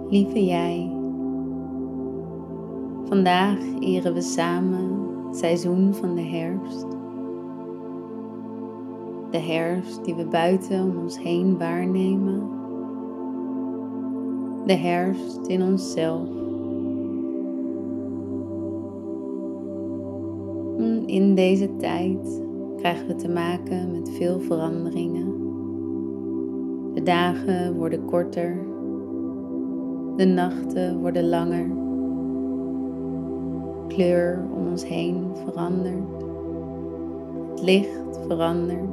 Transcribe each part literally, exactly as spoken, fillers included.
Lieve jij, vandaag eren we samen het seizoen van de herfst. De herfst die we buiten om ons heen waarnemen. De herfst in onszelf. In deze tijd krijgen we te maken met veel veranderingen. De dagen worden korter. De nachten worden langer. Kleur om ons heen verandert. Het licht verandert.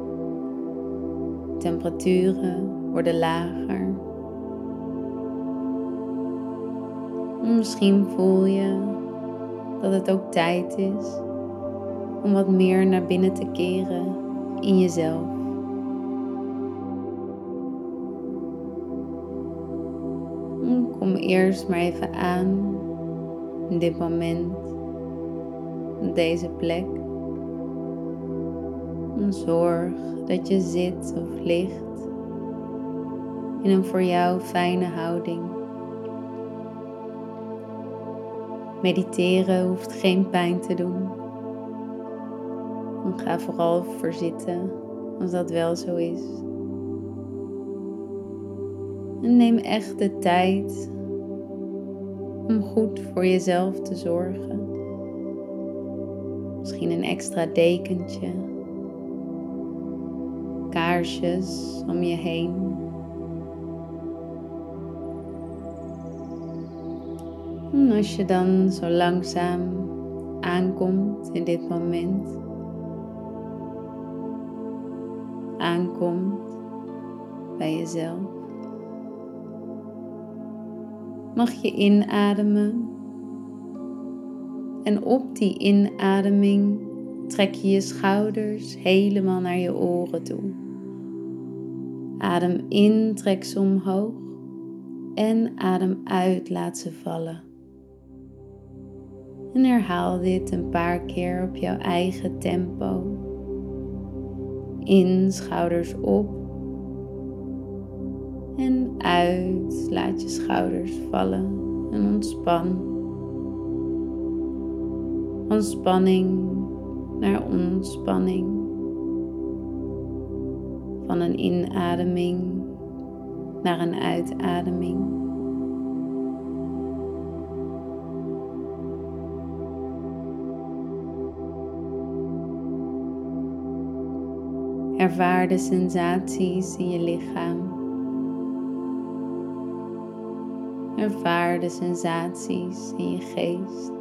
Temperaturen worden lager. Misschien voel je dat het ook tijd is om wat meer naar binnen te keren in jezelf. Kom eerst maar even aan in dit moment, op deze plek. Zorg dat je zit of ligt in een voor jou fijne houding. Mediteren hoeft geen pijn te doen. Ga vooral voor zitten als dat wel zo is. En neem echt de tijd om goed voor jezelf te zorgen. Misschien een extra dekentje. Kaarsjes om je heen. En als je dan zo langzaam aankomt in dit moment. Aankomt bij jezelf. Mag je inademen. En op die inademing trek je je schouders helemaal naar je oren toe. Adem in, trek ze omhoog. En adem uit, laat ze vallen. En herhaal dit een paar keer op jouw eigen tempo. In, schouders op. En uit, laat je schouders vallen en ontspan. Van spanning naar ontspanning. Van een inademing naar een uitademing. Ervaar de sensaties in je lichaam. Ervaar de sensaties in je geest.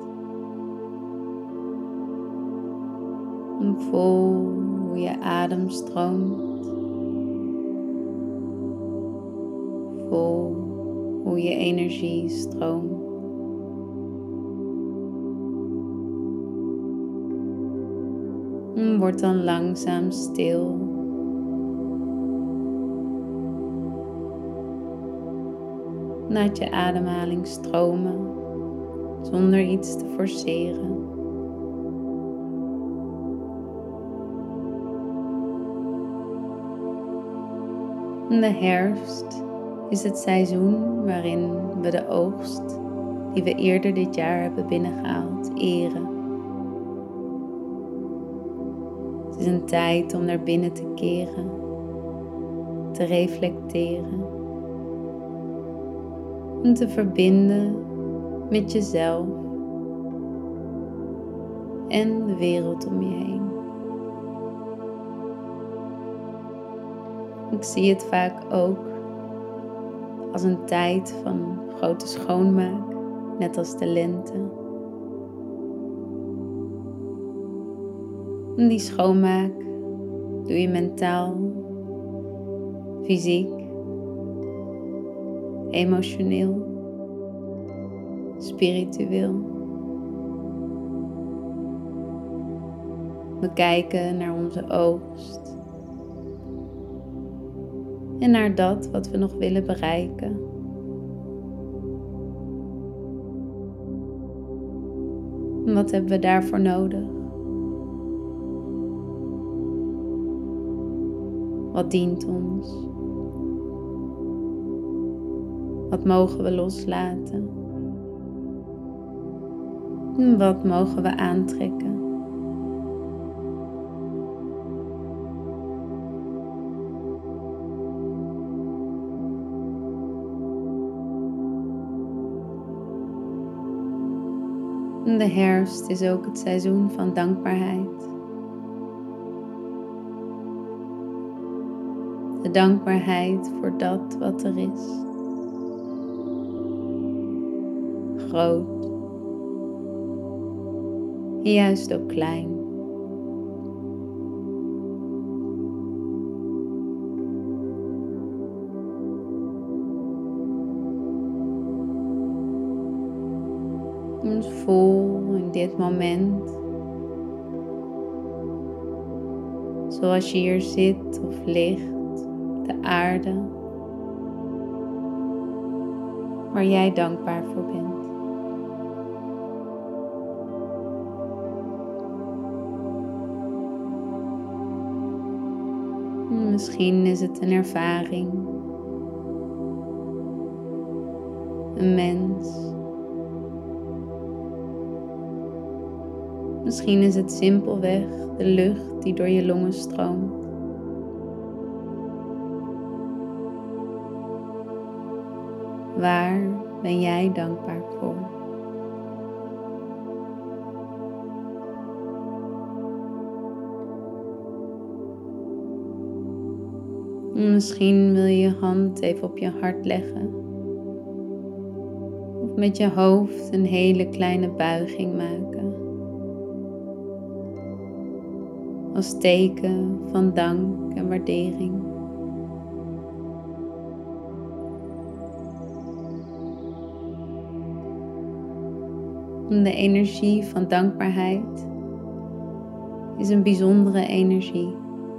En voel hoe je adem stroomt. Voel hoe je energie stroomt. En word dan langzaam stil. Laat je ademhaling stromen, zonder iets te forceren. De herfst is het seizoen waarin we de oogst die we eerder dit jaar hebben binnengehaald eren. Het is een tijd om naar binnen te keren, te reflecteren en te verbinden met jezelf en de wereld om je heen. Ik zie het vaak ook als een tijd van grote schoonmaak, net als de lente. En die schoonmaak doe je mentaal, fysiek, emotioneel, spiritueel. We kijken naar onze oogst en naar dat wat we nog willen bereiken. En wat hebben we daarvoor nodig? Wat dient ons? Wat mogen we loslaten? En wat mogen we aantrekken? En de herfst is ook het seizoen van dankbaarheid. De dankbaarheid voor dat wat er is. Groot. En juist ook klein. En voel in dit moment, zoals je hier zit of ligt, de aarde, waar jij dankbaar voor bent. En misschien is het een ervaring, een mens. Misschien is het simpelweg de lucht die door je longen stroomt. Waar ben jij dankbaar voor? En misschien wil je je hand even op je hart leggen. Of met je hoofd een hele kleine buiging maken. Als teken van dank en waardering. De energie van dankbaarheid is een bijzondere energie.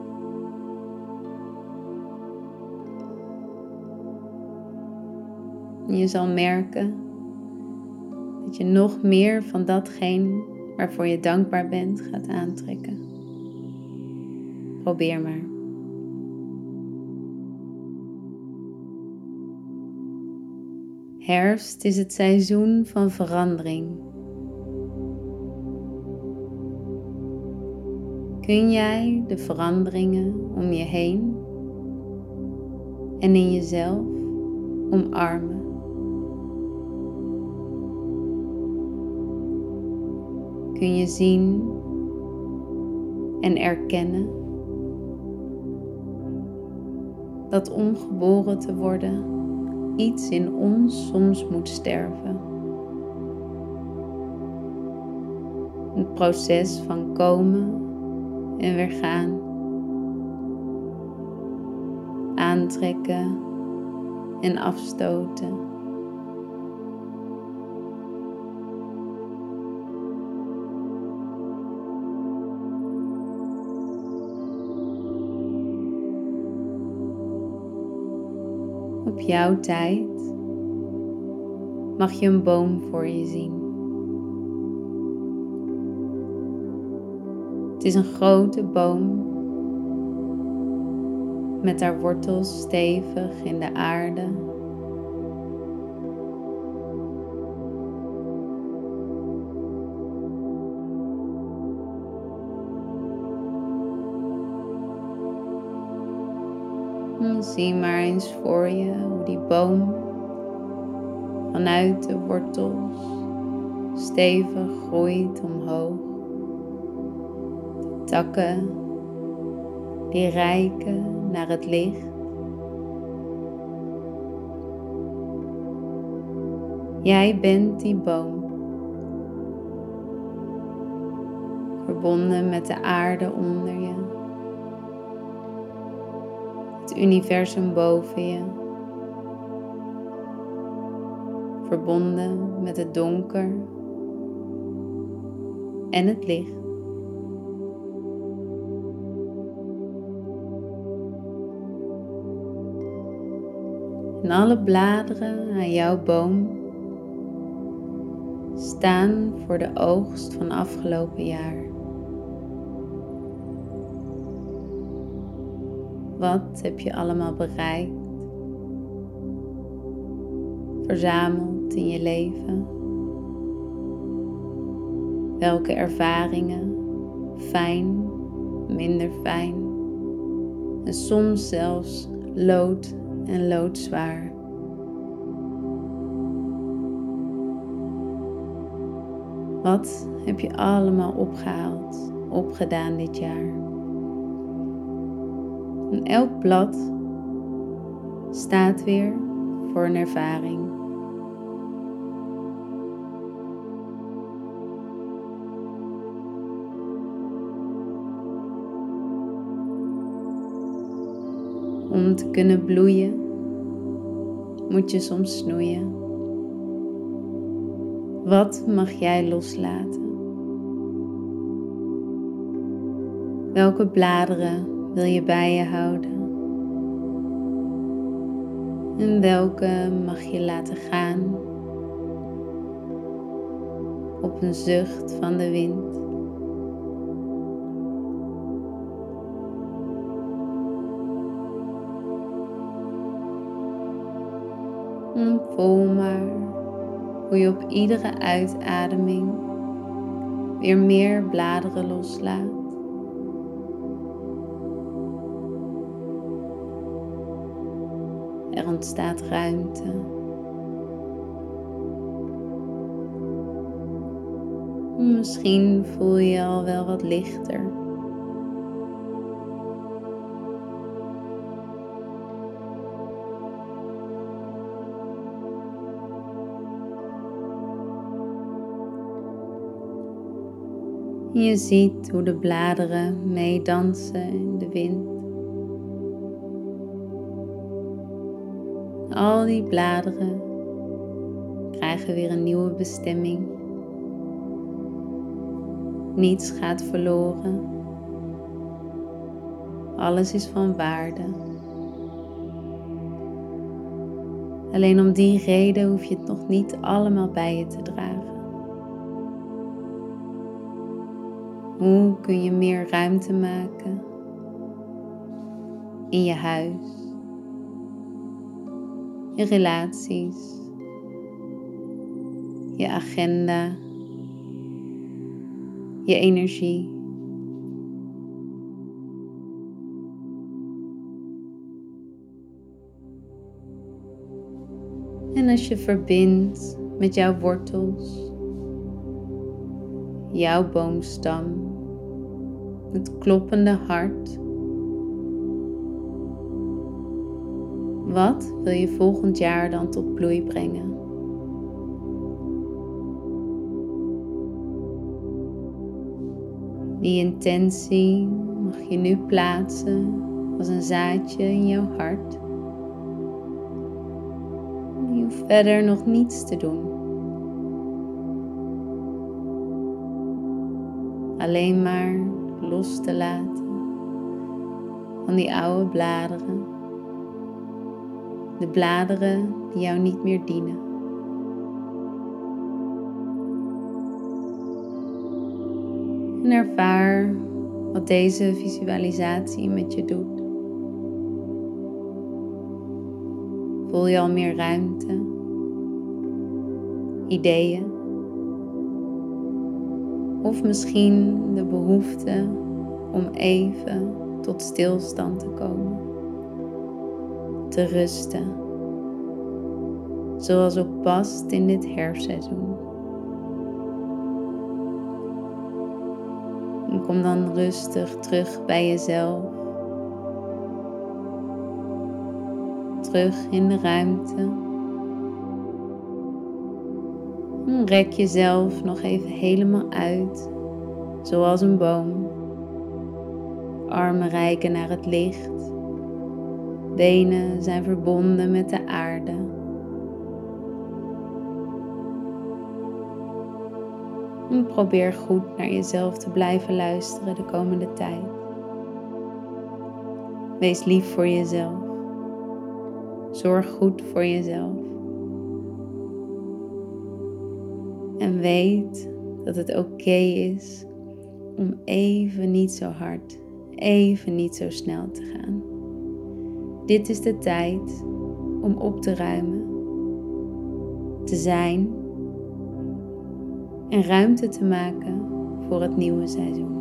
En je zal merken dat je nog meer van datgene waarvoor je dankbaar bent gaat aantrekken. Probeer maar. Herfst is het seizoen van verandering. Kun jij de veranderingen om je heen en in jezelf omarmen? Kun je zien en erkennen dat om geboren te worden iets in ons soms moet sterven? Een proces van komen en weer gaan, aantrekken en afstoten. Op jouw tijd mag je een boom voor je zien. Het is een grote boom met haar wortels stevig in de aarde. En zie maar eens voor je hoe die boom vanuit de wortels stevig groeit omhoog. De takken die reiken naar het licht. Jij bent die boom, verbonden met de aarde onder je, het universum boven je, verbonden met het donker en het licht. En alle bladeren aan jouw boom staan voor de oogst van afgelopen jaar. Wat heb je allemaal bereikt? verzameld in je leven. Welke ervaringen, fijn, minder fijn en soms zelfs lood en loodzwaar. Wat heb je allemaal opgehaald, opgedaan dit jaar? En elk blad staat weer voor een ervaring. Om te kunnen bloeien, moet je soms snoeien. Wat mag jij loslaten? Welke bladeren wil je bij je houden? En welke mag je laten gaan op een zucht van de wind? En voel maar hoe je op iedere uitademing weer meer bladeren loslaat. Er ontstaat ruimte. Misschien voel je je al wel wat lichter. Je ziet hoe de bladeren meedansen in de wind. Al die bladeren krijgen weer een nieuwe bestemming. Niets gaat verloren. Alles is van waarde. Alleen om die reden hoef je het nog niet allemaal bij je te dragen. Hoe kun je meer ruimte maken in je huis, je relaties, je agenda, je energie. En als je verbindt met jouw wortels, jouw boomstam, het kloppende hart. Wat wil je volgend jaar dan tot bloei brengen? Die intentie mag je nu plaatsen als een zaadje in jouw hart. Je hoeft verder nog niets te doen. Alleen maar los te laten van die oude bladeren. De bladeren die jou niet meer dienen. En ervaar wat deze visualisatie met je doet. Voel je al meer ruimte, ideeën, of misschien de behoefte om even tot stilstand te komen, te rusten, zoals ook past in dit herfstseizoen. En kom dan rustig terug bij jezelf, terug in de ruimte. En rek jezelf nog even helemaal uit, zoals een boom. Armen reiken naar het licht. Benen zijn verbonden met de aarde. En probeer goed naar jezelf te blijven luisteren de komende tijd. Wees lief voor jezelf. Zorg goed voor jezelf. En weet dat het oké is om even niet zo hard, even niet zo snel te gaan. Dit is de tijd om op te ruimen. te zijn en ruimte te maken voor het nieuwe seizoen.